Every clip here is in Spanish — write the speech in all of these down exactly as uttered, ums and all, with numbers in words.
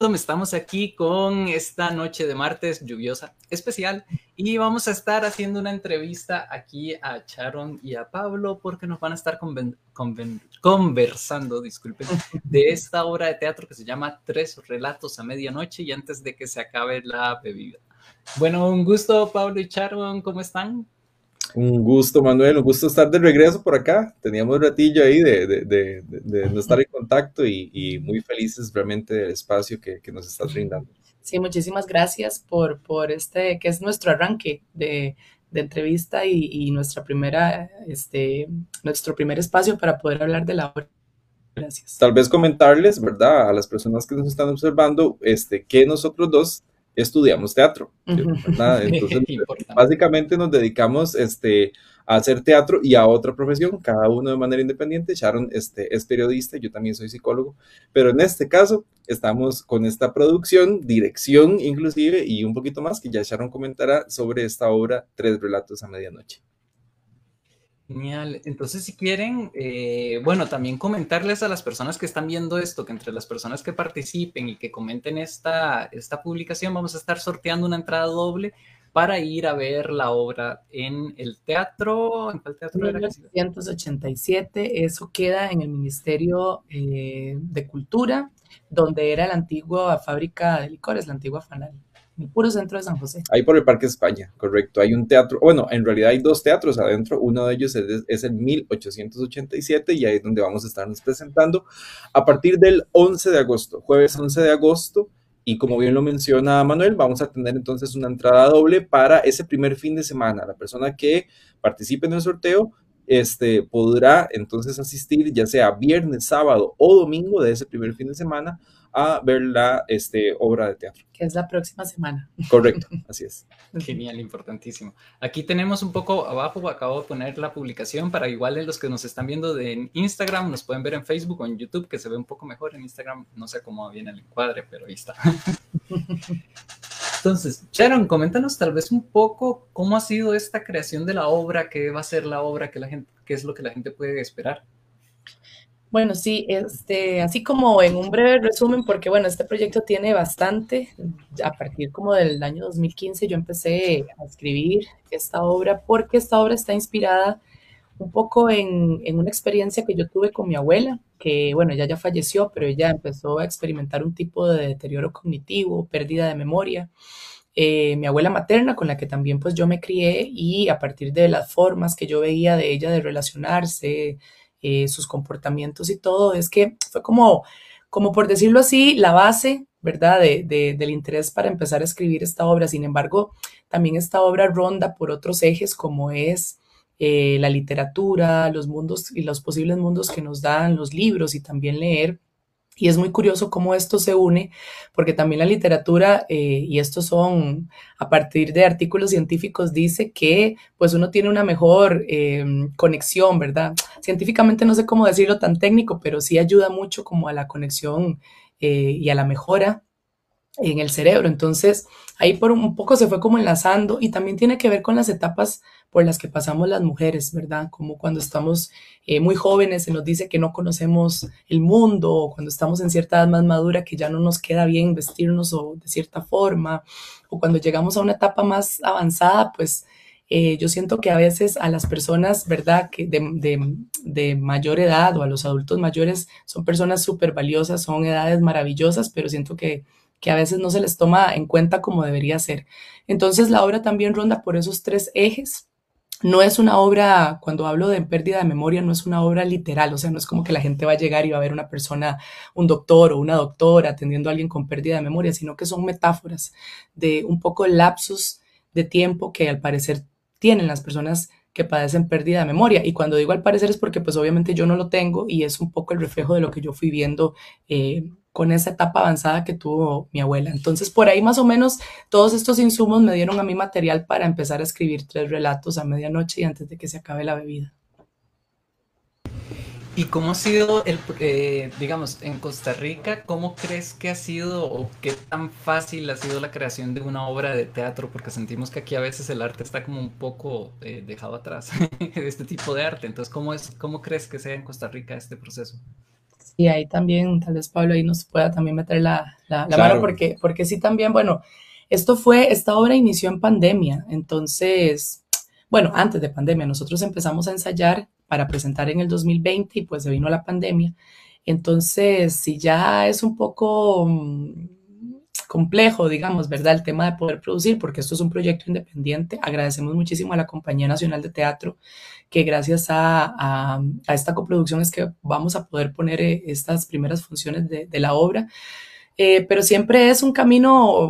Estamos aquí con esta noche de martes lluviosa especial y vamos a estar haciendo una entrevista aquí a Sharon y a Pablo porque nos van a estar conven conven conversando, disculpen, de esta obra de teatro que se llama Tres relatos a medianoche y antes de que se acabe la bebida. Bueno, un gusto, Pablo y Sharon, ¿cómo están? Un gusto, Manuel, un gusto estar de regreso por acá. Teníamos un ratillo ahí de, de, de, de, de no estar en contacto y, y muy felices realmente del espacio que, que nos estás brindando. Sí, muchísimas gracias por, por este, que es nuestro arranque de, de entrevista y, y nuestra primera, este, nuestro primer espacio para poder hablar de la obra. Gracias. Tal vez comentarles, ¿verdad?, a las personas que nos están observando, este, que nosotros dos estudiamos teatro, ¿verdad? Entonces, básicamente nos dedicamos este, a hacer teatro y a otra profesión, cada uno de manera independiente. Sharon este, es periodista, yo también soy psicólogo, pero en este caso estamos con esta producción, dirección inclusive, y un poquito más que ya Sharon comentará sobre esta obra, Tres relatos a medianoche. Genial. Entonces, si quieren, eh, bueno, también comentarles a las personas que están viendo esto, que entre las personas que participen y que comenten esta, esta publicación, vamos a estar sorteando una entrada doble para ir a ver la obra en el teatro. ¿En cuál teatro era? mil novecientos ochenta y siete, eso queda en el Ministerio eh, de Cultura, donde era la antigua fábrica de licores, la antigua Fanal. El puro centro de San José. Ahí por el Parque España, correcto. Hay un teatro, bueno, en realidad hay dos teatros adentro. Uno de ellos es, es el mil ochocientos ochenta y siete y ahí es donde vamos a estarnos presentando a partir del once de agosto, jueves once de agosto. Y como bien lo menciona Manuel, vamos a tener entonces una entrada doble para ese primer fin de semana. La persona que participe en el sorteo este, podrá entonces asistir ya sea viernes, sábado o domingo de ese primer fin de semana a ver la este, obra de teatro. Que es la próxima semana. Correcto, así es. Genial, importantísimo. Aquí tenemos un poco abajo, acabo de poner la publicación para igual los que nos están viendo de Instagram, nos pueden ver en Facebook o en YouTube, que se ve un poco mejor en Instagram, no sé cómo viene el encuadre, pero ahí está. Entonces, Sharon, coméntanos tal vez un poco cómo ha sido esta creación de la obra, qué va a ser la obra, qué, la gente, qué es lo que la gente puede esperar. Bueno, sí, este, así como en un breve resumen, porque bueno, este proyecto tiene bastante, a partir como del año dos mil quince yo empecé a escribir esta obra, porque esta obra está inspirada un poco en, en una experiencia que yo tuve con mi abuela, que bueno, ella ya falleció, pero ella empezó a experimentar un tipo de deterioro cognitivo, pérdida de memoria. Eh, mi abuela materna, con la que también pues yo me crié, y a partir de las formas que yo veía de ella de relacionarse, Eh, sus comportamientos y todo, es que fue como, como por decirlo así, la base, ¿verdad?, de, de, del interés para empezar a escribir esta obra. Sin embargo, también esta obra ronda por otros ejes como es eh, la literatura, los mundos y los posibles mundos que nos dan los libros y también leer. Y es muy curioso cómo esto se une, porque también la literatura, eh, y estos son a partir de artículos científicos, dice que pues uno tiene una mejor eh, conexión, ¿verdad? Científicamente no sé cómo decirlo tan técnico, pero sí ayuda mucho como a la conexión eh, y a la mejora en el cerebro. Entonces, ahí por un poco se fue como enlazando y también tiene que ver con las etapas por las que pasamos las mujeres, ¿verdad? Como cuando estamos eh, muy jóvenes se nos dice que no conocemos el mundo, o cuando estamos en cierta edad más madura que ya no nos queda bien vestirnos o de cierta forma, o cuando llegamos a una etapa más avanzada, pues eh, yo siento que a veces a las personas, ¿verdad?, que de, de, de mayor edad o a los adultos mayores son personas súper valiosas, son edades maravillosas, pero siento que que a veces no se les toma en cuenta como debería ser. Entonces la obra también ronda por esos tres ejes. No es una obra, cuando hablo de pérdida de memoria, no es una obra literal, o sea, no es como que la gente va a llegar y va a ver una persona, un doctor o una doctora atendiendo a alguien con pérdida de memoria, sino que son metáforas de un poco lapsus de tiempo que al parecer tienen las personas que padecen pérdida de memoria. Y cuando digo al parecer es porque pues obviamente yo no lo tengo y es un poco el reflejo de lo que yo fui viendo eh, con esa etapa avanzada que tuvo mi abuela. Entonces, por ahí más o menos todos estos insumos me dieron a mí material para empezar a escribir tres relatos a medianoche y antes de que se acabe la bebida. ¿Y cómo ha sido, el, eh, digamos, en Costa Rica, cómo crees que ha sido o qué tan fácil ha sido la creación de una obra de teatro? Porque sentimos que aquí a veces el arte está como un poco eh, dejado atrás, de este tipo de arte. Entonces, ¿cómo, es, ¿cómo crees que sea en Costa Rica este proceso? Y ahí también, tal vez Pablo ahí nos pueda también meter la, la, la Claro. mano, porque, porque sí también, bueno, esto fue, esta obra inició en pandemia, entonces, bueno, antes de pandemia, nosotros empezamos a ensayar para presentar en el dos mil veinte y pues se vino la pandemia, entonces si ya es un poco mm, complejo, digamos, ¿verdad? El tema de poder producir, porque esto es un proyecto independiente. Agradecemos muchísimo a la Compañía Nacional de Teatro, que gracias a, a, a esta coproducción es que vamos a poder poner eh, estas primeras funciones de, de la obra. Eh, pero siempre es un camino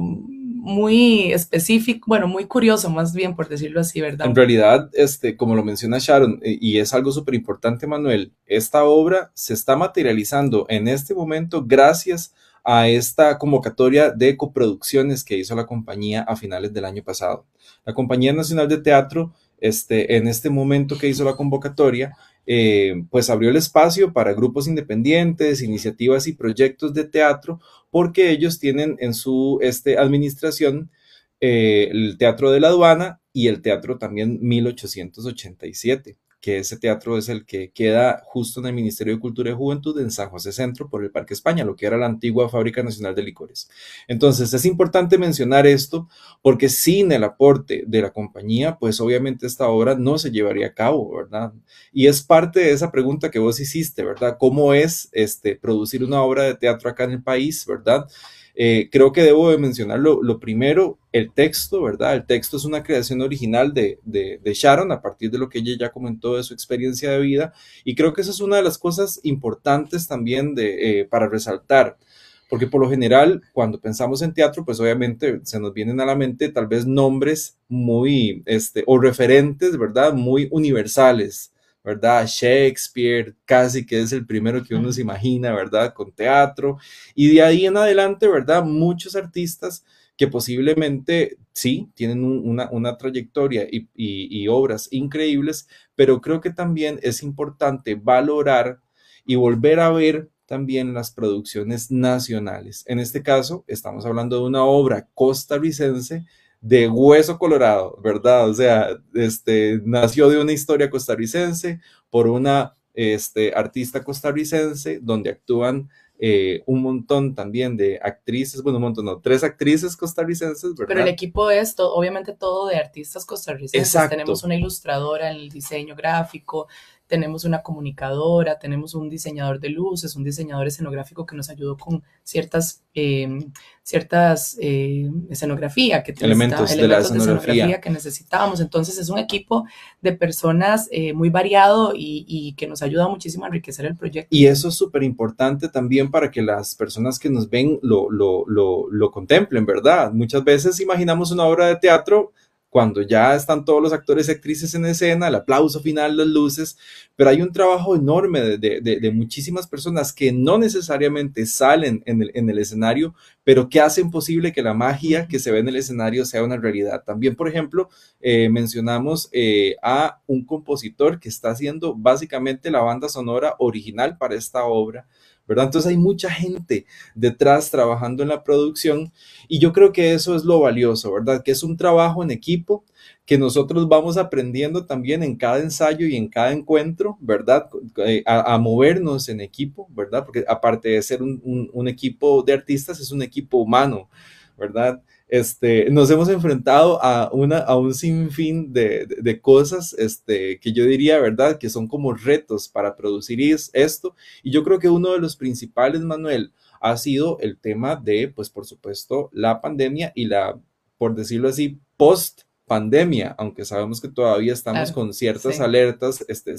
muy específico, bueno, muy curioso más bien, por decirlo así, ¿verdad? En realidad, este, como lo menciona Sharon, eh, y es algo súper importante, Manuel, esta obra se está materializando en este momento gracias a esta convocatoria de coproducciones que hizo la compañía a finales del año pasado. La Compañía Nacional de Teatro, este, en este momento que hizo la convocatoria, eh, pues abrió el espacio para grupos independientes, iniciativas y proyectos de teatro, porque ellos tienen en su este, administración eh, el Teatro de la Aduana y el Teatro también mil ochocientos ochenta y siete, que ese teatro es el que queda justo en el Ministerio de Cultura y Juventud en San José Centro por el Parque España, lo que era la antigua Fábrica Nacional de Licores. Entonces es importante mencionar esto porque sin el aporte de la compañía, pues obviamente esta obra no se llevaría a cabo, ¿verdad? Y es parte de esa pregunta que vos hiciste, ¿verdad? ¿Cómo es este, producir una obra de teatro acá en el país, ¿verdad? Eh, creo que debo de mencionar lo, lo, primero, el texto, ¿verdad? El texto es una creación original de, de, de Sharon a partir de lo que ella ya comentó de su experiencia de vida, y creo que eso es una de las cosas importantes también de, eh, para resaltar, porque por lo general cuando pensamos en teatro, pues obviamente se nos vienen a la mente tal vez nombres muy, este, o referentes, ¿verdad? Muy universales, ¿verdad? Shakespeare casi que es el primero que uno se imagina, ¿verdad? Con teatro, y de ahí en adelante, ¿verdad? Muchos artistas que posiblemente sí tienen un, una, una trayectoria y, y, y obras increíbles, pero creo que también es importante valorar y volver a ver también las producciones nacionales. En este caso, estamos hablando de una obra costarricense de hueso colorado, ¿verdad? O sea, este, nació de una historia costarricense por una este, artista costarricense donde actúan eh, un montón también de actrices, bueno, un montón, no, tres actrices costarricenses, ¿verdad? Pero el equipo es to- obviamente todo de artistas costarricenses. Exacto. Tenemos una ilustradora en el diseño gráfico, tenemos una comunicadora, tenemos un diseñador de luces, un diseñador escenográfico que nos ayudó con ciertas, eh, ciertas eh, escenografía que elementos, de, elementos la escenografía. de escenografía que necesitábamos. Entonces es un equipo de personas eh, muy variado y, y que nos ayuda muchísimo a enriquecer el proyecto. Y eso es súper importante también para que las personas que nos ven lo, lo, lo, lo contemplen, ¿verdad? Muchas veces imaginamos una obra de teatro cuando ya están todos los actores y actrices en escena, el aplauso final, las luces, pero hay un trabajo enorme de, de, de, de muchísimas personas que no necesariamente salen en el, en el escenario, pero que hacen posible que la magia que se ve en el escenario sea una realidad. También, por ejemplo, eh, mencionamos eh, a un compositor que está haciendo básicamente la banda sonora original para esta obra, ¿verdad? Entonces hay mucha gente detrás trabajando en la producción y yo creo que eso es lo valioso, ¿verdad? Que es un trabajo en equipo que nosotros vamos aprendiendo también en cada ensayo y en cada encuentro, ¿verdad? A, a movernos en equipo, ¿verdad? Porque aparte de ser un, un, un equipo de artistas, es un equipo humano, ¿verdad? Este, nos hemos enfrentado a, una, a un sinfín de, de, de cosas este, que yo diría, ¿verdad? Que son como retos para producir esto. Y yo creo que uno de los principales, Manuel, ha sido el tema de, pues por supuesto, la pandemia y la, por decirlo así, post pandemia, aunque sabemos que todavía estamos claro, con ciertas sí. alertas. Este,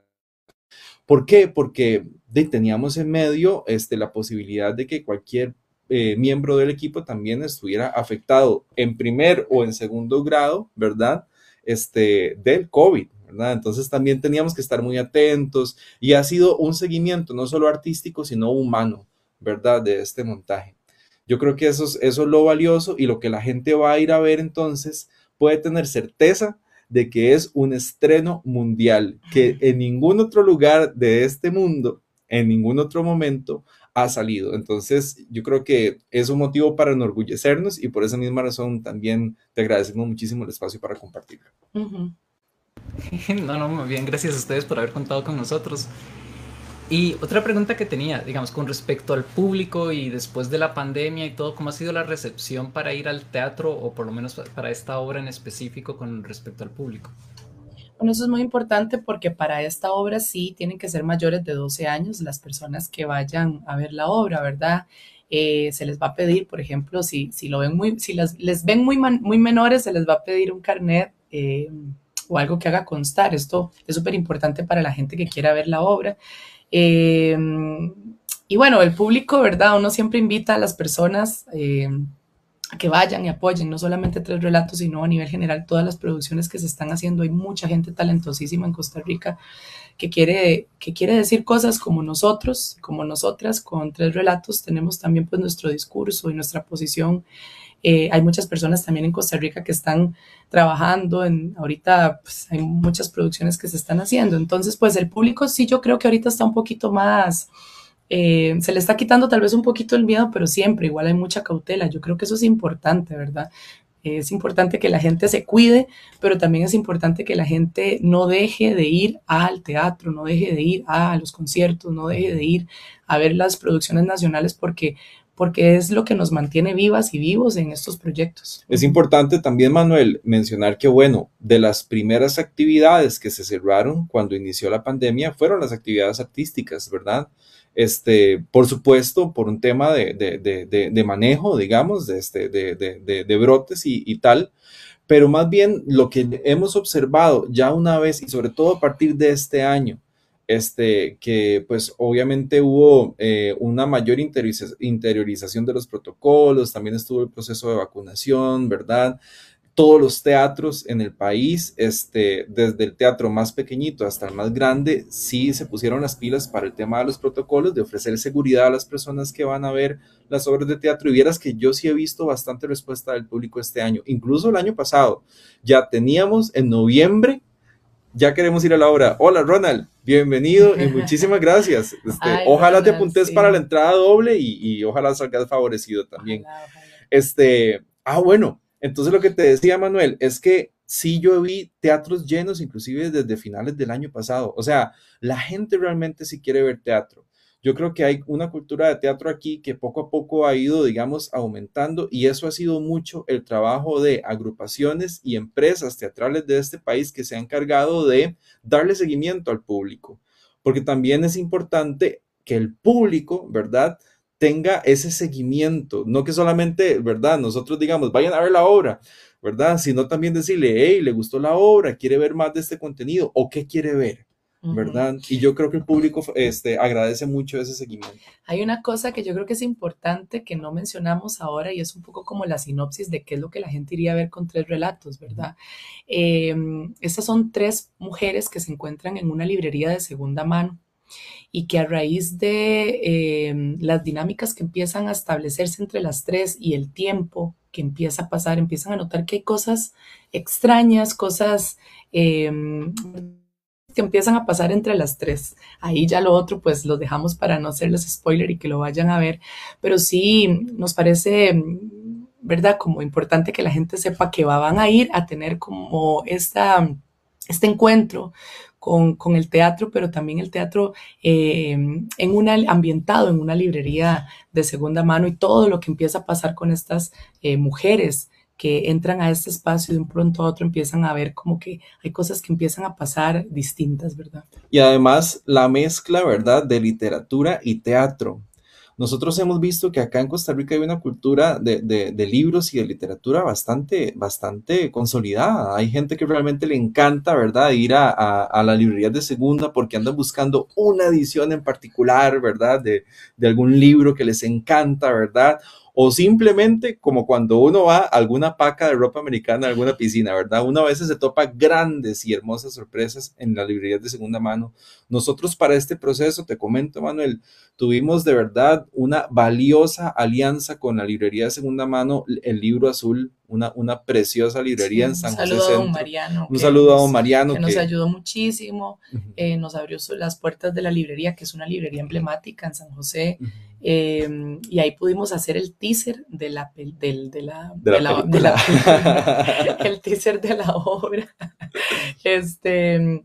¿Por qué? Porque de, teníamos en medio este, la posibilidad de que cualquier Eh, miembro del equipo también estuviera afectado en primer o en segundo grado, ¿verdad? Este, del COVID, ¿verdad? Entonces también teníamos que estar muy atentos y ha sido un seguimiento no solo artístico, sino humano, ¿verdad? De este montaje. Yo creo que eso es, eso es lo valioso y lo que la gente va a ir a ver entonces puede tener certeza de que es un estreno mundial, que en ningún otro lugar de este mundo, en ningún otro momento, ha salido. Entonces, yo creo que es un motivo para enorgullecernos y por esa misma razón también te agradecemos muchísimo el espacio para compartirlo. Uh-huh. No, no, muy bien, gracias a ustedes por haber contado con nosotros. Y otra pregunta que tenía, digamos, con respecto al público y después de la pandemia y todo, ¿cómo ha sido la recepción para ir al teatro o por lo menos para esta obra en específico con respecto al público? Bueno, eso es muy importante porque para esta obra sí tienen que ser mayores de doce años las personas que vayan a ver la obra, ¿verdad? Eh, se les va a pedir, por ejemplo, si, si lo ven muy, si las, les ven muy, man, muy menores, se les va a pedir un carnet eh, o algo que haga constar. Esto es súper importante para la gente que quiera ver la obra. Eh, y bueno, el público, ¿verdad? Uno siempre invita a las personas eh, a que vayan y apoyen, no solamente Tres Relatos, sino a nivel general todas las producciones que se están haciendo. Hay mucha gente talentosísima en Costa Rica que quiere, que quiere decir cosas como nosotros, como nosotras, con Tres Relatos tenemos también pues nuestro discurso y nuestra posición. Eh, hay muchas personas también en Costa Rica que están trabajando, en, ahorita pues, hay muchas producciones que se están haciendo, entonces pues el público sí, yo creo que ahorita está un poquito más, eh, se le está quitando tal vez un poquito el miedo, pero siempre igual hay mucha cautela. Yo creo que eso es importante, ¿verdad? Es importante que la gente se cuide, pero también es importante que la gente no deje de ir al teatro, no deje de ir a los conciertos, no deje de ir a ver las producciones nacionales porque, porque es lo que nos mantiene vivas y vivos en estos proyectos. Es importante también, Manuel, mencionar que, bueno, de las primeras actividades que se cerraron cuando inició la pandemia fueron las actividades artísticas, ¿verdad? Este, por supuesto, por un tema de, de, de, de, de manejo, digamos, de, este, de, de, de, de brotes y, y tal, pero más bien lo que hemos observado ya una vez y sobre todo a partir de este año, este, que pues obviamente hubo eh, una mayor interioriza- interiorización de los protocolos, también estuvo el proceso de vacunación, ¿verdad? Todos los teatros en el país, este, desde el teatro más pequeñito hasta el más grande, sí se pusieron las pilas para el tema de los protocolos, de ofrecer seguridad a las personas que van a ver las obras de teatro. Y vieras que yo sí he visto bastante respuesta del público este año, incluso el año pasado. Ya teníamos en noviembre, ya queremos ir a la obra. Hola Ronald, bienvenido y muchísimas gracias. Este, Ay, ojalá Ronald, te apuntes sí. para la entrada doble y, y ojalá salgas favorecido también. Ojalá, ojalá. Este, ah, bueno. Entonces lo que te decía, Manuel, es que sí yo vi teatros llenos, inclusive desde finales del año pasado. O sea, la gente realmente sí quiere ver teatro. Yo creo que hay una cultura de teatro aquí que poco a poco ha ido, digamos, aumentando, y eso ha sido mucho el trabajo de agrupaciones y empresas teatrales de este país que se han encargado de darle seguimiento al público, porque también es importante que el público, ¿verdad?, tenga ese seguimiento, no que solamente, ¿verdad?, nosotros digamos, vayan a ver la obra, ¿verdad?, sino también decirle, hey, le gustó la obra, quiere ver más de este contenido, o qué quiere ver, ¿verdad? Uh-huh. Y yo creo que el público este, agradece mucho ese seguimiento. Hay una cosa que yo creo que es importante que no mencionamos ahora y es un poco como la sinopsis de qué es lo que la gente iría a ver con Tres Relatos, ¿verdad? Eh, estas son tres mujeres que se encuentran en una librería de segunda mano y que a raíz de eh, las dinámicas que empiezan a establecerse entre las tres y el tiempo que empieza a pasar, empiezan a notar que hay cosas extrañas, cosas eh, que empiezan a pasar entre las tres. Ahí ya lo otro pues lo dejamos para no hacerles spoiler y que lo vayan a ver, pero sí nos parece, ¿verdad?, como importante que la gente sepa que van a ir a tener como esta, este encuentro Con, con el teatro, pero también el teatro eh, en una, ambientado en una librería de segunda mano y todo lo que empieza a pasar con estas eh, mujeres que entran a este espacio y de un pronto a otro empiezan a ver como que hay cosas que empiezan a pasar distintas, ¿verdad? Y además la mezcla, ¿verdad?, de literatura y teatro. Nosotros hemos visto que acá en Costa Rica hay una cultura de, de, de libros y de literatura bastante, bastante consolidada. Hay gente que realmente le encanta, ¿verdad?, ir a, a, a la librería de segunda porque andan buscando una edición en particular, ¿verdad?, de, de algún libro que les encanta, ¿verdad?, o simplemente como cuando uno va a alguna paca de ropa americana, a alguna piscina, ¿verdad? Uno a veces se topa grandes y hermosas sorpresas en las librerías de segunda mano. Nosotros para este proceso, te comento, Manuel, tuvimos de verdad una valiosa alianza con la librería de segunda mano, El Libro Azul, una, una preciosa librería sí, en San José Centro. Un saludo a don Mariano. Un saludo a don Mariano. Que nos ayudó muchísimo, uh-huh. eh, nos abrió las puertas de la librería, que es una librería emblemática en San José, uh-huh. eh, y ahí pudimos hacer el teaser de la, del, de la, de la, de la, de la el teaser de la obra. Este...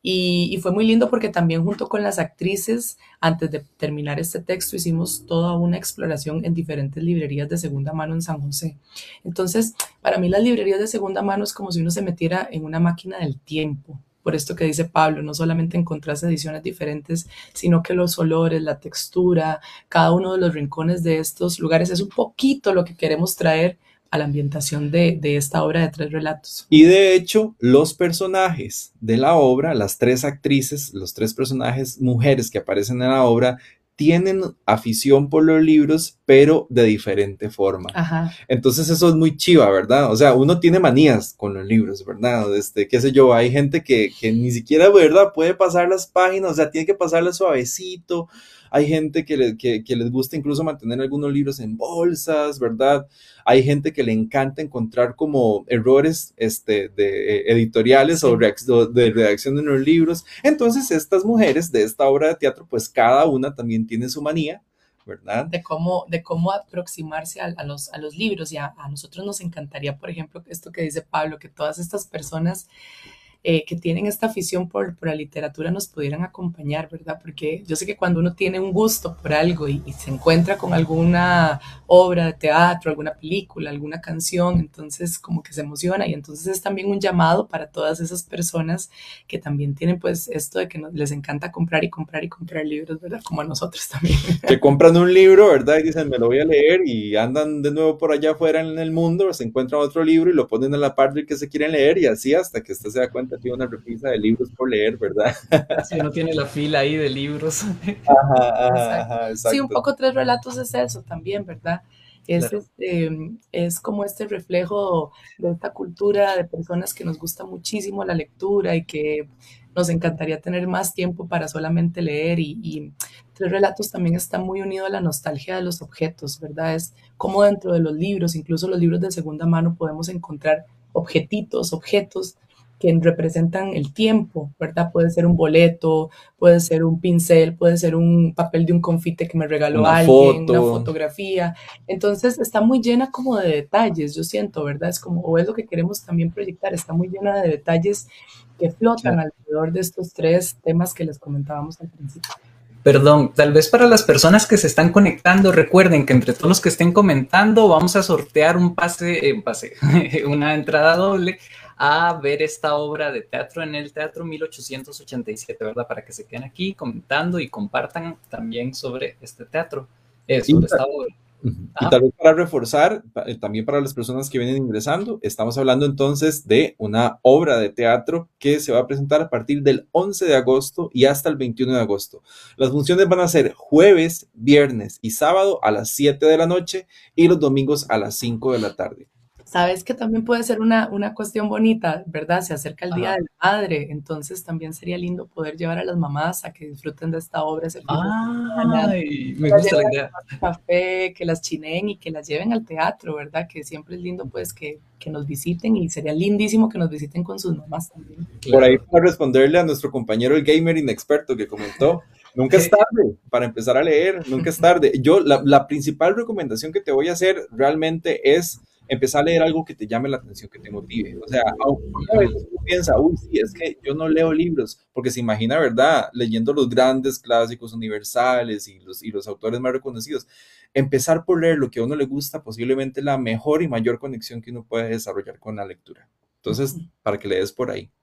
Y, y fue muy lindo porque también junto con las actrices, antes de terminar este texto, hicimos toda una exploración en diferentes librerías de segunda mano en San José. Entonces, para mí las librerías de segunda mano es como si uno se metiera en una máquina del tiempo. Por esto que dice Pablo, no solamente encontrás ediciones diferentes, sino que los olores, la textura, cada uno de los rincones de estos lugares es un poquito lo que queremos traer a la ambientación de, de esta obra de tres relatos. Y de hecho, los personajes de la obra, las tres actrices, los tres personajes mujeres que aparecen en la obra, tienen afición por los libros, pero de diferente forma. Ajá. Entonces eso es muy chiva, ¿verdad? O sea, uno tiene manías con los libros, ¿verdad? Este, qué sé yo, hay gente que, que ni siquiera, ¿verdad? Puede pasar las páginas, o sea, tiene que pasarlas suavecito. Hay gente que, le, que, que les gusta incluso mantener algunos libros en bolsas, ¿verdad? Hay gente que le encanta encontrar como errores este, de, eh, editoriales sí. o reacc- de redacción en los libros. Entonces, estas mujeres de esta obra de teatro, pues cada una también tiene su manía, ¿verdad? De cómo, de cómo aproximarse a, a, los, a los libros. Y a, a nosotros nos encantaría, por ejemplo, esto que dice Pablo, que todas estas personas Eh, que tienen esta afición por, por la literatura nos pudieran acompañar, ¿verdad? Porque yo sé que cuando uno tiene un gusto por algo y, y se encuentra con alguna obra de teatro, alguna película, alguna canción, entonces como que se emociona y entonces es también un llamado para todas esas personas que también tienen pues esto de que nos, les encanta comprar y comprar y comprar libros, ¿verdad? Como a nosotros también. Que compran un libro, ¿verdad? Y dicen, me lo voy a leer y andan de nuevo por allá afuera en el mundo, se encuentran otro libro y lo ponen a la par del que se quieren leer y así hasta que usted se da cuenta tiene una repisa de libros por leer, ¿verdad? Si no tiene la fila ahí de libros. Ajá, ajá, ajá, exacto. Sí, un poco Tres Relatos es eso también, ¿verdad? Es, Claro. este, es como este reflejo de esta cultura de personas que nos gusta muchísimo la lectura y que nos encantaría tener más tiempo para solamente leer y, y Tres Relatos también está muy unido a la nostalgia de los objetos, ¿verdad? Es como dentro de los libros, incluso los libros de segunda mano, podemos encontrar objetitos, objetos que representan el tiempo, ¿verdad? Puede ser un boleto, puede ser un pincel, puede ser un papel de un confite que me regaló una alguien, foto. una fotografía. Entonces está muy llena como de detalles, yo siento, ¿verdad? Es como, o es lo que queremos también proyectar, está muy llena de detalles que flotan sí. alrededor de estos tres temas que les comentábamos al principio. Perdón, tal vez para las personas que se están conectando, recuerden que entre todos los que estén comentando vamos a sortear un pase, eh, pase una entrada doble a ver esta obra de teatro en el Teatro mil ochocientos ochenta y siete, ¿verdad? Para que se queden aquí comentando y compartan también sobre este teatro, eh, sobre esta obra. Y tal vez para reforzar, también para las personas que vienen ingresando, estamos hablando entonces de una obra de teatro que se va a presentar a partir del once de agosto y hasta el veintiuno de agosto. Las funciones van a ser jueves, viernes y sábado a las siete de la noche y los domingos a las cinco de la tarde. Sabes que también puede ser una, una cuestión bonita, ¿verdad? Se acerca el Día Ajá. de la Madre, entonces también sería lindo poder llevar a las mamás a que disfruten de esta obra. Ese Ay, me gusta la idea. Café, que las chineen y que las lleven al teatro, ¿verdad? Que siempre es lindo pues que, que nos visiten y sería lindísimo que nos visiten con sus mamás también. Por ahí para responderle a nuestro compañero el gamer inexperto que comentó, nunca es tarde para empezar a leer, nunca es tarde. Yo, la, la principal recomendación que te voy a hacer realmente es empezar a leer algo que te llame la atención, que te motive. O sea, a veces uno piensa, uy, sí, es que yo no leo libros, porque se imagina, ¿verdad? Leyendo los grandes clásicos universales y los, y los autores más reconocidos. Empezar por leer lo que a uno le gusta, posiblemente la mejor y mayor conexión que uno puede desarrollar con la lectura. Entonces, para que le des por ahí.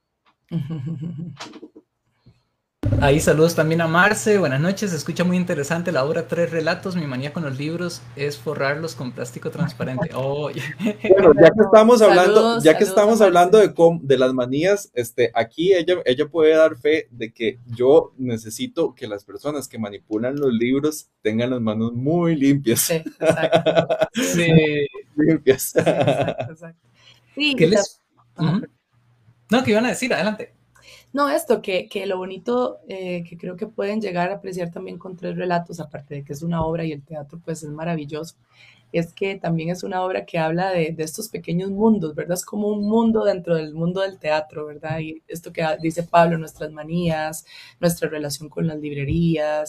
Ahí saludos también a Marce, buenas noches, se escucha muy interesante la obra Tres Relatos, mi manía con los libros es forrarlos con plástico transparente. Oh, bueno, ya que estamos hablando, saludos, ya que estamos hablando de, de las manías, este, aquí ella, ella puede dar fe de que yo necesito que las personas que manipulan los libros tengan las manos muy limpias. Sí, exacto. Sí. Limpias. Sí, exacto, exacto. Sí, ¿Qué les... Uh-huh. No, ¿qué iban a decir? Adelante. No, esto, que, que lo bonito eh, que creo que pueden llegar a apreciar también con Tres Relatos, aparte de que es una obra y el teatro pues es maravilloso, es que también es una obra que habla de, de estos pequeños mundos, ¿verdad? Es como un mundo dentro del mundo del teatro, ¿verdad? Y esto que dice Pablo, nuestras manías, nuestra relación con las librerías,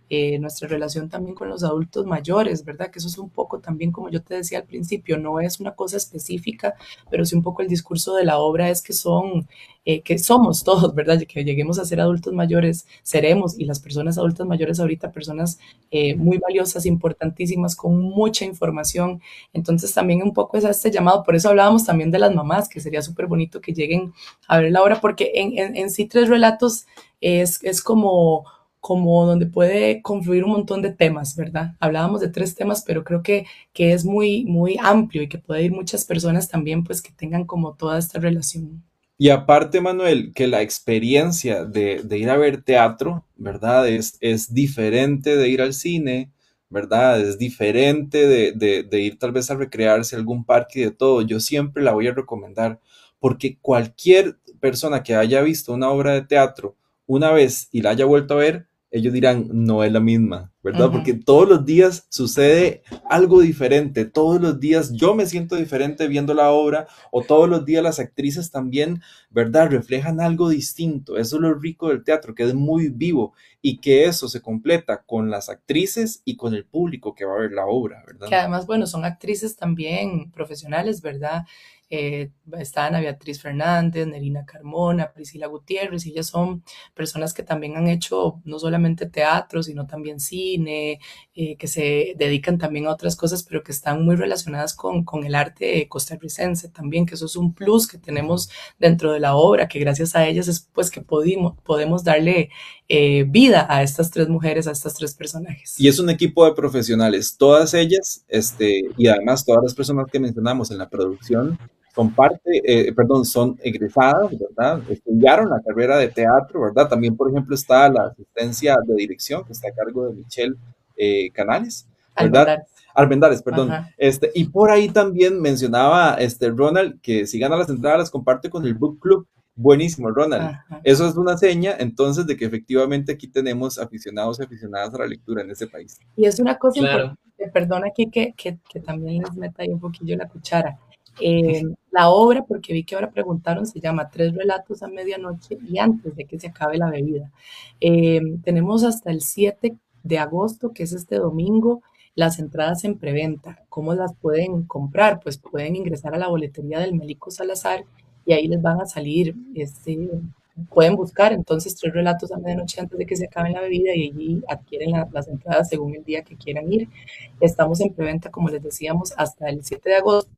eh, nuestra relación también con los adultos mayores, ¿verdad? Que eso es un poco también, como yo te decía al principio, no es una cosa específica, pero sí un poco el discurso de la obra es que son, eh, que somos todos, ¿verdad? Que lleguemos a ser adultos mayores, seremos, y las personas adultas mayores ahorita, personas eh, muy valiosas, importantísimas, con mucha información. Entonces también un poco es a este llamado, por eso hablábamos también de las mamás, que sería súper bonito que lleguen a ver la obra, porque en, en, en sí Tres Relatos es, es como, como donde puede confluir un montón de temas, ¿verdad? Hablábamos de tres temas, pero creo que, que es muy, muy amplio y que puede ir muchas personas también, pues que tengan como toda esta relación. Y aparte, Manuel, que la experiencia de, de ir a ver teatro, ¿verdad? Es, es diferente de ir al cine, ¿verdad? Es diferente de, de, de ir tal vez a recrearse a algún parque y de todo. Yo siempre la voy a recomendar porque cualquier persona que haya visto una obra de teatro una vez y la haya vuelto a ver, ellos dirán, no es la misma, ¿verdad? Uh-huh. Porque todos los días sucede algo diferente, todos los días yo me siento diferente viendo la obra, o todos los días las actrices también, ¿verdad? Reflejan algo distinto. Eso es lo rico del teatro, que es muy vivo, y que eso se completa con las actrices y con el público que va a ver la obra, ¿verdad? Que además, bueno, son actrices también profesionales, ¿verdad? Eh, está Ana Beatriz Fernández, Nerina Carmona, Priscila Gutiérrez, y ellas son personas que también han hecho no solamente teatro, sino también cine, eh, que se dedican también a otras cosas, pero que están muy relacionadas con, con el arte costarricense también, que eso es un plus que tenemos dentro de la obra, que gracias a ellas es pues que podimos, podemos darle eh, vida a estas tres mujeres, a estas tres personajes. Y es un equipo de profesionales, todas ellas, este, y además todas las personas que mencionamos en la producción, son parte, eh, perdón, son egresadas, ¿verdad? Estudiaron la carrera de teatro, ¿verdad? También, por ejemplo, está la asistencia de dirección, que está a cargo de Michelle eh, Canales, ¿verdad? Almendares, Almendares perdón. Este, y por ahí también mencionaba este, Ronald, que si gana las entradas las comparte con el Book Club. Buenísimo, Ronald. Ajá. Eso es una seña, entonces, de que efectivamente aquí tenemos aficionados y aficionadas a la lectura en este país. Y es una cosa claro. importante, perdona aquí que, que, que también les meta ahí un poquillo la cuchara. Eh, la obra, porque vi que ahora preguntaron, se llama Tres Relatos a Medianoche y antes de que se acabe la bebida. Eh, tenemos hasta el siete de agosto, que es este domingo, las entradas en preventa. ¿Cómo las pueden comprar? Pues pueden ingresar a la boletería del Melico Salazar y ahí les van a salir, este, pueden buscar entonces Tres Relatos a Medianoche antes de que se acabe la bebida y allí adquieren la, las entradas según el día que quieran ir. Estamos en preventa, como les decíamos, hasta el siete de agosto.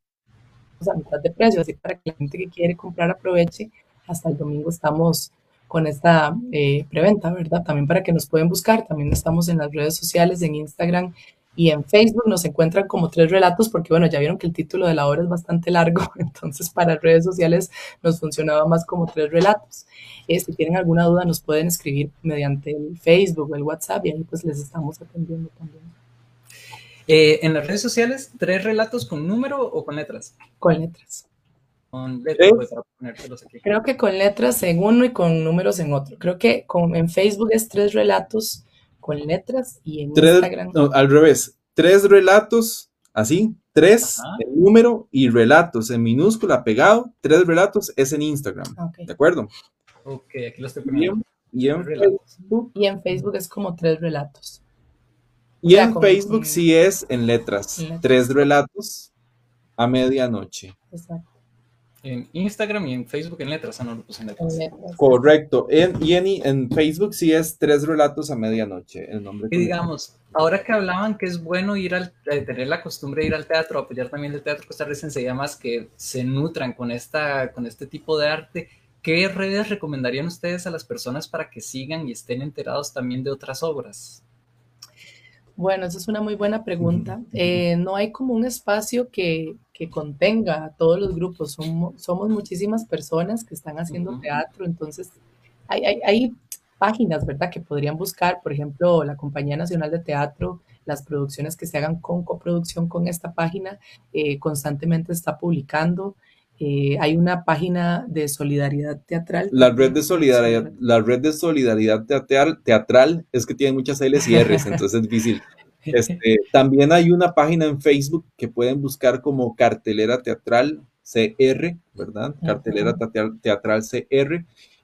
A mitad de precio, así para que la gente que quiere comprar aproveche. Hasta el domingo estamos con esta eh, preventa, ¿verdad? También para que nos pueden buscar, también estamos en las redes sociales, en Instagram y en Facebook, nos encuentran como Tres Relatos, porque bueno, ya vieron que el título de la obra es bastante largo, entonces para redes sociales nos funcionaba más como Tres Relatos. Eh, si tienen alguna duda nos pueden escribir mediante el Facebook o el WhatsApp y ahí pues les estamos atendiendo también. Eh, en las redes sociales, ¿Tres Relatos con número o con letras? Con letras. Con letras, pues, para ponérselos aquí. Creo que con letras en uno y con números en otro. Creo que con, en Facebook es Tres Relatos con letras y en tres, Instagram. No, al revés. Tres relatos, así, tres Ajá. en número y relatos en minúscula pegado. Tres Relatos es en Instagram. Okay. ¿De acuerdo? Ok, aquí lo estoy poniendo. Y en, y en Facebook. Y en Facebook es como Tres Relatos. Y en con, Facebook con... sí es en letras, en letras. Tres Relatos a Medianoche. Exacto. En Instagram y en Facebook en letras, ah, no lo puse en letras. En letras. Correcto. En, y en, en Facebook sí es Tres Relatos a Medianoche, el nombre. Y digamos, ahora que hablaban que es bueno ir al, eh, tener la costumbre de ir al teatro, apoyar también el teatro costarricense y además que se nutran con, esta, con este tipo de arte, ¿qué redes recomendarían ustedes a las personas para que sigan y estén enterados también de otras obras? Bueno, esa es una muy buena pregunta. Eh, no hay como un espacio que, que contenga a todos los grupos. Somos, somos muchísimas personas que están haciendo uh-huh. teatro, entonces hay, hay, hay páginas, ¿verdad?, que podrían buscar, por ejemplo, la Compañía Nacional de Teatro, las producciones que se hagan con coproducción con esta página, eh, constantemente está publicando. Eh, hay una página de solidaridad teatral. La red de solidaridad, la red de solidaridad teatral, teatral es que tiene muchas L's y R's, entonces es difícil. Este, también hay una página en Facebook que pueden buscar como Cartelera Teatral C R, ¿verdad? Cartelera teatral, teatral C R.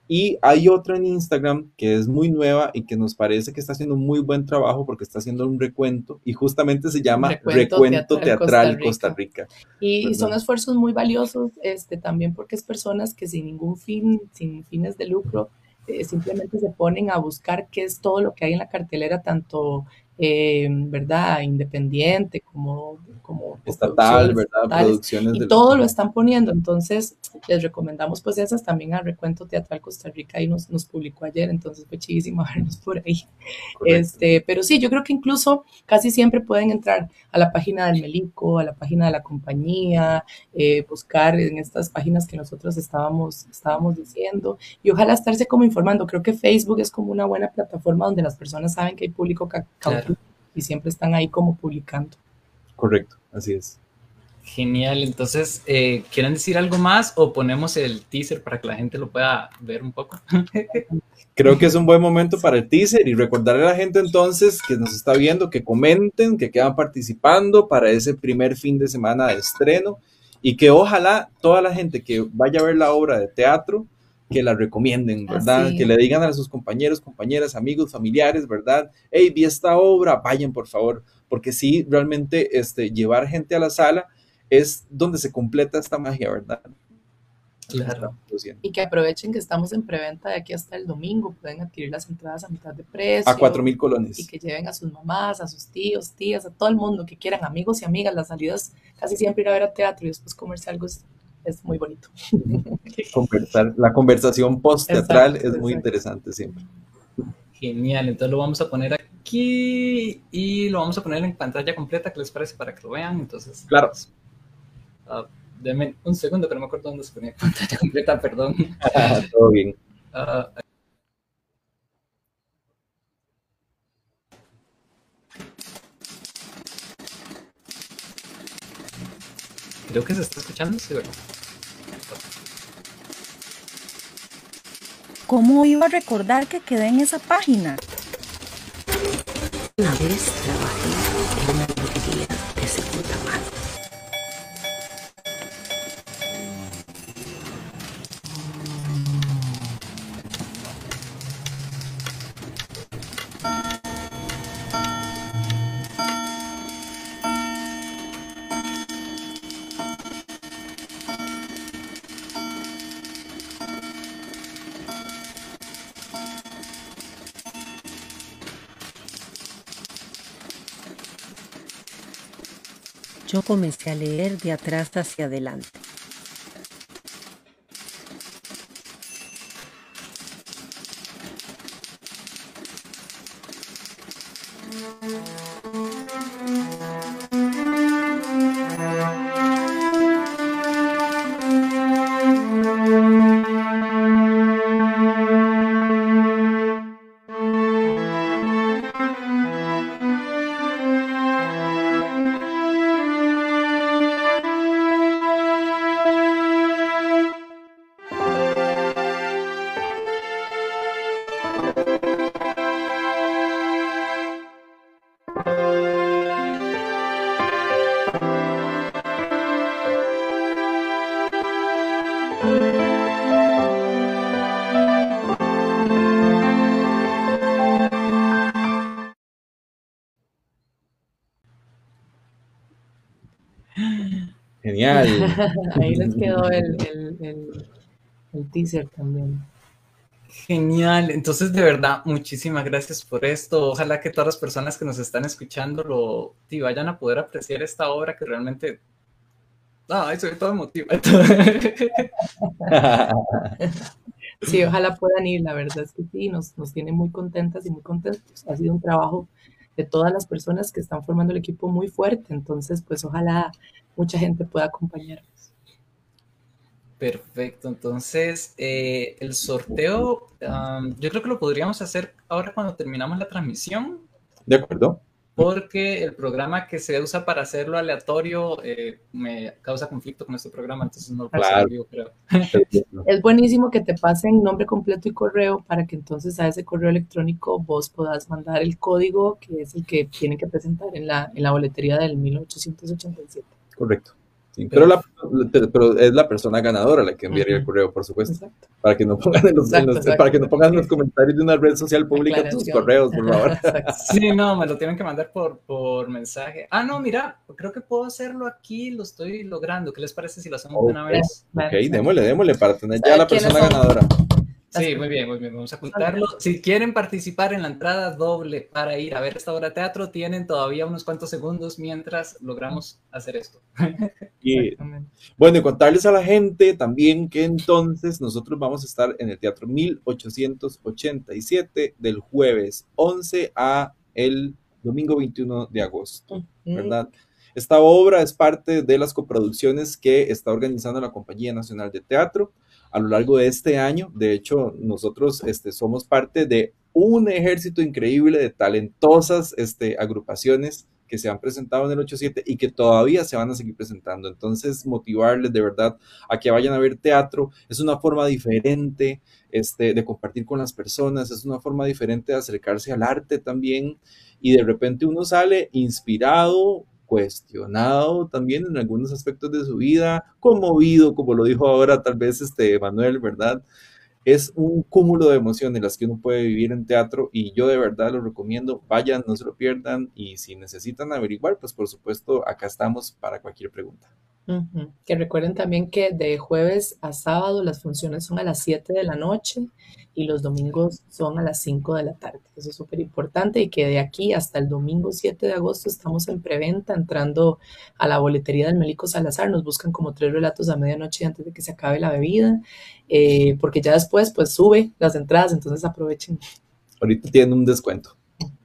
Y hay otra en Instagram que es muy nueva y que nos parece que está haciendo un muy buen trabajo porque está haciendo un recuento y justamente se llama Recuento Recuento Teatral Costa Teatral Costa Rica. Rica, Y, y son ¿verdad? esfuerzos muy valiosos, este, también porque es personas que sin ningún fin, sin fines de lucro, eh, simplemente se ponen a buscar qué es todo lo que hay en la cartelera, tanto, eh, ¿verdad?, independiente como, como Estatal, producciones ¿verdad? estatales, Producciones y del... todo lo Ujú, están poniendo. Entonces, les recomendamos pues esas también al Recuento Teatral Costa Rica, y nos, nos publicó ayer, entonces fue chivísimo vernos por ahí. correcto. Este, pero sí, yo creo que incluso casi siempre pueden entrar a la página del Melico, a la página de la compañía, eh, buscar en estas páginas que nosotros estábamos, estábamos diciendo, y ojalá estarse como informando. Creo que Facebook es como una buena plataforma donde las personas saben que hay público ca- Claro. cautivo y siempre están ahí como publicando. Correcto, así es. Genial, entonces, eh, ¿quieren decir algo más o ponemos el teaser para que la gente lo pueda ver un poco? Creo que es un buen momento para el teaser y recordarle a la gente entonces que nos está viendo que comenten, que quedan participando para ese primer fin de semana de estreno y que ojalá toda la gente que vaya a ver la obra de teatro, que la recomienden, ¿verdad? Que Así, le digan a sus compañeros, compañeras, amigos, familiares, ¿verdad? Hey, vi esta obra, vayan por favor, porque sí, realmente este, llevar gente a la sala es donde se completa esta magia, ¿verdad? Que Claro. estamos haciendo. y que aprovechen que estamos en preventa de aquí hasta el domingo, pueden adquirir las entradas a mitad de A cuatro precio mil y colones. que lleven a sus mamás, a sus tíos, tías, a todo el mundo que quieran, amigos y amigas. Las salidas, casi siempre ir a ver a teatro y después comerse algo es, es muy bonito. Conversar, la conversación post-teatral Exacto, es muy exacto. interesante siempre. Genial, entonces lo vamos a poner aquí y lo vamos a poner en pantalla completa, ¿qué les parece? Para que lo vean. Entonces, Claro. pues, uh, denme un segundo, pero no me acuerdo dónde se ponía pantalla completa, perdón. Todo bien. Uh, creo que se está escuchando, sí, ¿verdad? ¿Cómo iba a recordar que quedé en esa página? Una vez trabajé en una lotería de segunda mano. Yo comencé a leer de atrás hacia adelante. Genial. Ahí les quedó el, el, el, el teaser también. Genial, entonces de verdad, muchísimas gracias por esto. Ojalá que todas las personas que nos están escuchando lo y vayan a poder apreciar esta obra que realmente. No, soy todo emotivo. Sí, ojalá puedan ir, la verdad es que sí, nos, nos tiene muy contentas y muy contentos. Ha sido un trabajo de todas las personas que están formando el equipo muy fuerte, entonces pues ojalá mucha gente pueda acompañarnos. Perfecto, entonces eh, el sorteo um, yo creo que lo podríamos hacer ahora cuando terminamos la transmisión. De acuerdo. Porque el programa que se usa para hacerlo aleatorio eh, me causa conflicto con este programa, entonces no lo puedo hacer en vivo, creo. Es buenísimo que te pasen nombre completo y correo para que entonces a ese correo electrónico vos puedas mandar el código que es el que tienen que presentar en la, en la boletería del mil ochocientos ochenta y siete. Correcto. Sí, pero, la, pero es la persona ganadora la que enviaría uh-huh. el correo, por supuesto. Exacto. Para que no pongan en los, exacto, en los, exacto. Para que no pongan en los comentarios de una red social pública tus correos, por favor. Sí, no, me lo tienen que mandar por, por mensaje. Ah, no, mira, creo que puedo hacerlo aquí, lo estoy logrando. ¿Qué les parece si lo hacemos okay. de una vez? Ok, démosle, démosle, para tener ya la persona ganadora. Sí, muy bien, muy bien, vamos a apuntarlo. Si quieren participar en la entrada doble para ir a ver esta obra de teatro, tienen todavía unos cuantos segundos mientras logramos hacer esto. Y, bueno, y contarles a la gente también que entonces nosotros vamos a estar en el Teatro mil ochocientos ochenta y siete del jueves once a el domingo veintiuno de agosto, ¿verdad? Esta obra es parte de las coproducciones que está organizando la Compañía Nacional de Teatro a lo largo de este año. De hecho, nosotros este, somos parte de un ejército increíble de talentosas este, agrupaciones que se han presentado en el ochenta y siete y que todavía se van a seguir presentando. Entonces, motivarles de verdad a que vayan a ver teatro. Es una forma diferente este, de compartir con las personas, es una forma diferente de acercarse al arte también, y de repente uno sale inspirado, cuestionado también en algunos aspectos de su vida, conmovido, como lo dijo ahora tal vez este Manuel, ¿verdad? Es un cúmulo de emociones las que uno puede vivir en teatro, y yo de verdad lo recomiendo, vayan, no se lo pierdan, y si necesitan averiguar, pues por supuesto acá estamos para cualquier pregunta. Uh-huh. Que recuerden también que de jueves a sábado las funciones son a las siete de la noche y los domingos son a las cinco de la tarde. Eso es súper importante, y que de aquí hasta el domingo siete de agosto estamos en preventa, entrando a la boletería del Melico Salazar. Nos buscan como Tres Relatos a medianoche antes de que se acabe la bebida, eh, porque ya después pues sube las entradas, entonces aprovechen. Ahorita tienen un descuento.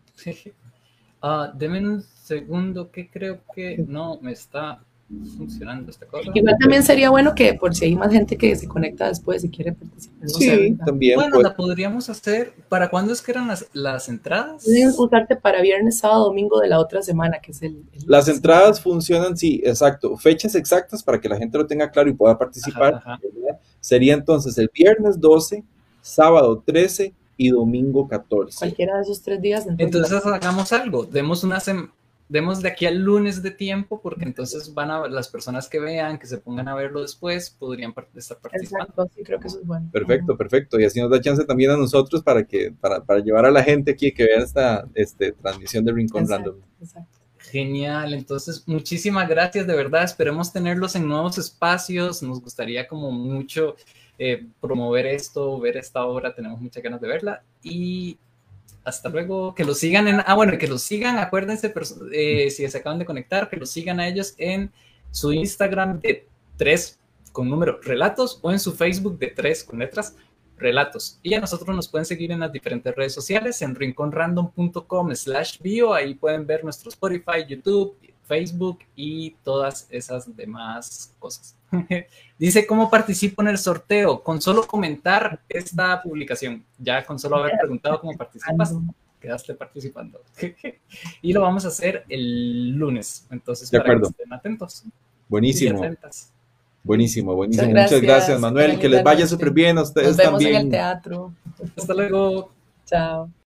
uh, Denme un segundo que creo que no me está funcionando esta cosa. Igual también sería bueno que, por si hay más gente que se conecta después y quiere participar. No sí, sé, también. Bueno, pues, la podríamos hacer. ¿Para cuándo es que eran las, las entradas? Pueden usarte para viernes, sábado, domingo de la otra semana, que es el... el las entradas semana. Funcionan, sí, exacto. Fechas exactas para que la gente lo tenga claro y pueda participar. Ajá, ajá. Sería entonces el viernes doce, sábado trece y domingo catorce. Cualquiera de esos tres días. Entonces, entonces hagamos algo. Demos una semana. Demos de aquí al lunes de tiempo, porque entonces van a las personas que vean, que se pongan a verlo después, podrían estar participando. Exacto, sí, creo que eso es bueno. Perfecto, perfecto. Y así nos da chance también a nosotros para que para, para llevar a la gente aquí que vea esta este, transmisión de Rincón Exacto, Random. Exacto. Genial, entonces muchísimas gracias, de verdad. Esperemos tenerlos en nuevos espacios. Nos gustaría como mucho eh, promover esto, ver esta obra. Tenemos muchas ganas de verla. Y hasta luego, que los sigan en, ah bueno, que los sigan, acuérdense, eh, si se acaban de conectar, que los sigan a ellos en su Instagram de tres con número relatos, o en su Facebook de tres con letras relatos. Y a nosotros nos pueden seguir en las diferentes redes sociales, en rinconrandom punto com slash bio, ahí pueden ver nuestro Spotify, YouTube, Facebook y todas esas demás cosas. Dice, ¿cómo participo en el sorteo? Con solo comentar esta publicación. Ya con solo haber preguntado cómo participas, quedaste participando. Y lo vamos a hacer el lunes. Entonces, de para acuerdo. que estén atentos. Buenísimo. Buenísimo, buenísimo. Muchas gracias, Muchas gracias Manuel. Que les vaya súper bien a ustedes también. Nos vemos también en el teatro. Hasta luego. Chao.